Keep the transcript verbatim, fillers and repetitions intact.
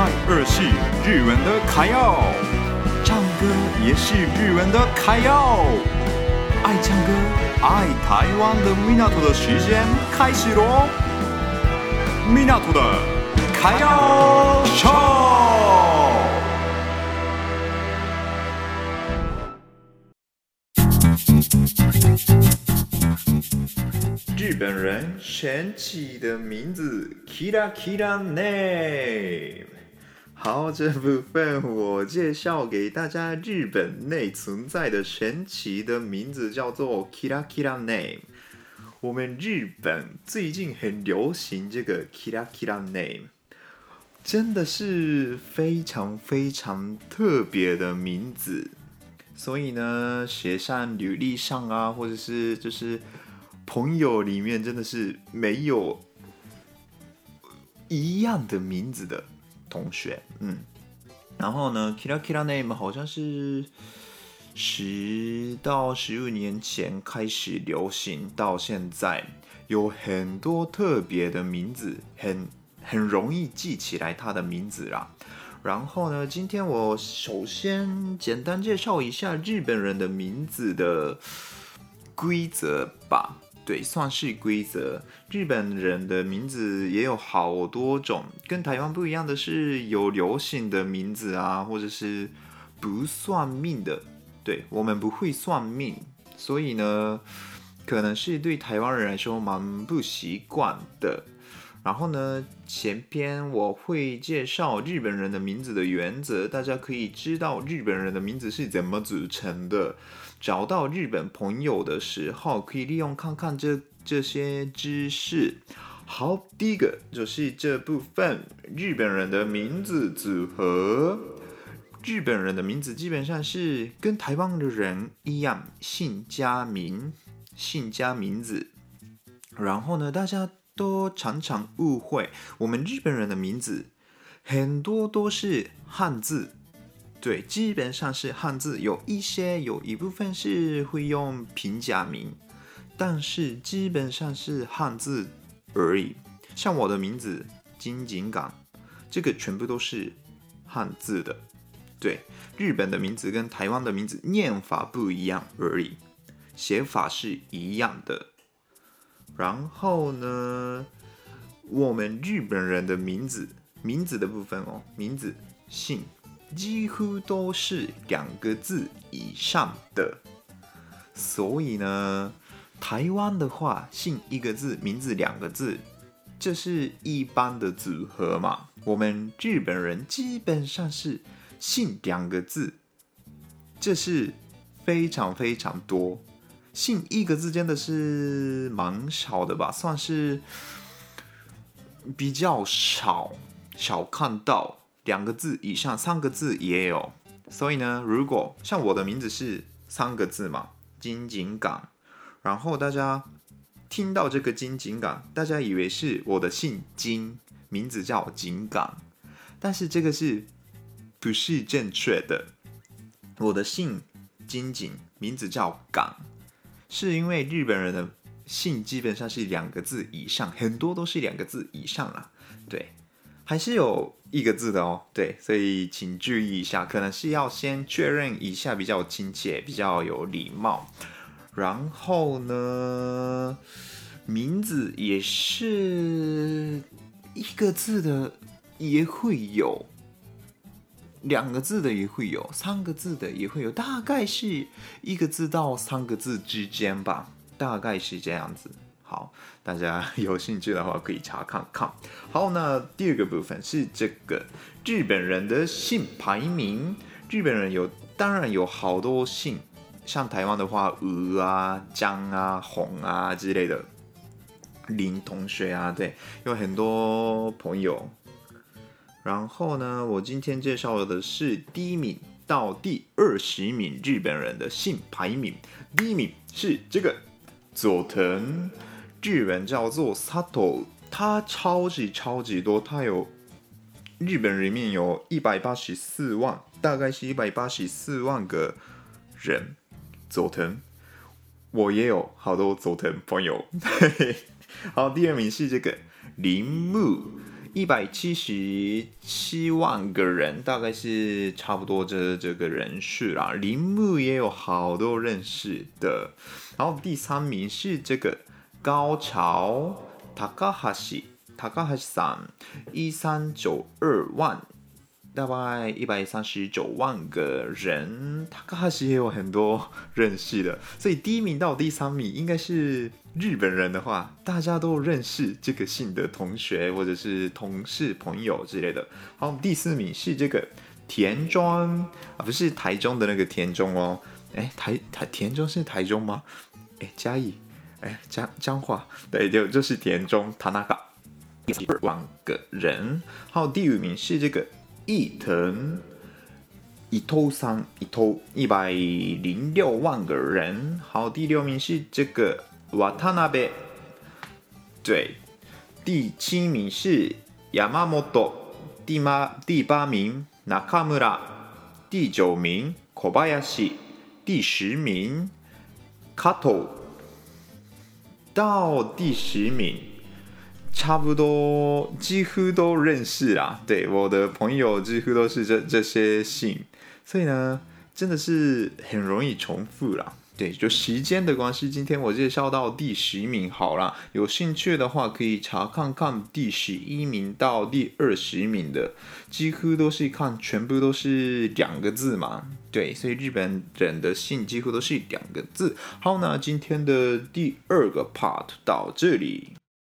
拜二是日文的卡耀，唱歌也是日文的卡耀。爱唱歌、爱台湾的港的时间开始咯！港的卡耀秀。日本人神奇的名字 Kira Kira Name。 好，这部分我介绍给大家日本内存在的神奇的名字叫做 Kira Kira Name。 我们日本最近很流行这个 Kira Kira Name， 真的是非常非常特别的名字，所以呢写上履历上啊，或者是就是朋友里面真的是没有一样的名字的同学，嗯，然后呢 ，Kira Kira Name 好像是十到十五年前开始流行，到现在有很多特别的名字，很很容易记起来它的名字啦。然后呢，今天我首先简单介绍一下日本人的名字的规则吧。对，算是规则。日本人的名字也有好多种，跟台湾不一样的是，有流行的名字啊，或者是不算命的。对，我们不会算命，所以呢，可能是对台湾人来说蛮不习惯的。然后呢，前篇我会介绍日本人的名字的原则，大家可以知道日本人的名字是怎么组成的。找到日本朋友的时候，可以利用看看 这, 这些知识。好，第一个就是这部分日本人的名字组合。日本人的名字基本上是跟台湾的人一样，姓加名，姓加名字。然后呢，大家都常常误会，我们日本人的名字很多都是汉字。对，基本上是汉字，有一些有一部分是会用平假名，但是基本上是汉字而已。像我的名字金井港，这个全部都是汉字的。对，日本的名字跟台湾的名字念法不一样而已，写法是一样的。然后呢，我们日本人的名字，名字的部分哦，名字姓几乎都是两个字以上的，所以呢，台湾的话，姓一个字，名字两个字，这是一般的组合嘛。我们日本人基本上是姓两个字，这是非常非常多。姓一个字真的是蛮少的吧，算是比较少，少看到。两个字以上，三个字也有。所以呢，如果像我的名字是三个字嘛，金井港，然后大家听到这个金井港，大家以为是我的姓金，名字叫井港，但是这个是不是正确的？我的姓金井，名字叫港，是因为日本人的姓基本上是两个字以上，很多都是两个字以上啦。对，还是有一个字的哦，对，所以请注意一下，可能是要先确认一下，比较亲切，比较有礼貌。然后呢，名字也是一个字的也会有，两个字的也会有，三个字的也会有，大概是一个字到三个字之间吧，大概是这样子。好，大家有兴趣的话可以查看看。好，那第二个部分是这个日本人的姓排名。日本人有当然有好多姓，像台湾的话，吴啊、江啊、洪啊之类的，林同学啊，对，有很多朋友。然后呢，我今天介绍的是第一名到第二十名日本人的姓排名。第一名是这个佐藤。日文叫做 Sato， 他超级超级多，他有日本里面有一百八十四万，大概是一百八十四万个人。佐藤，我也有好多佐藤朋友。好，第二名是这个铃木一百七十七万个人，大概是差不多这这个人数啦。铃木也有好多认识的。然后第三名是这个高桥高橋高橋さん，一三九二万。大概一百三十九万个人，高橋也有很多认识的，所以第一名到第三名应该是日本人的话，大家都认识这个姓的同学或者是同事、朋友之类的。好，第四名是这个田中啊，不是台中的那个田中哦，哎，台台田中是台中吗？哎，嘉义，哎，彰彰化，对，就就是田中田中，二万个人。好，第五名是这个。伊藤伊藤さん伊藤一百零六万个人。好，第六名是这个渡辺，对，第七名是山本，第八第八名中村，第九名小林，第十名加藤，到第十名。差不多几乎都认识啦，对，我的朋友几乎都是这这些姓，所以呢，真的是很容易重复啦。对，就时间的关系，今天我介绍到第十名好啦，有兴趣的话可以查看看第十一名到第二十名的，几乎都是看全部都是两个字嘛。对，所以日本人的姓几乎都是两个字。好，那今天的第二个 part 到这里。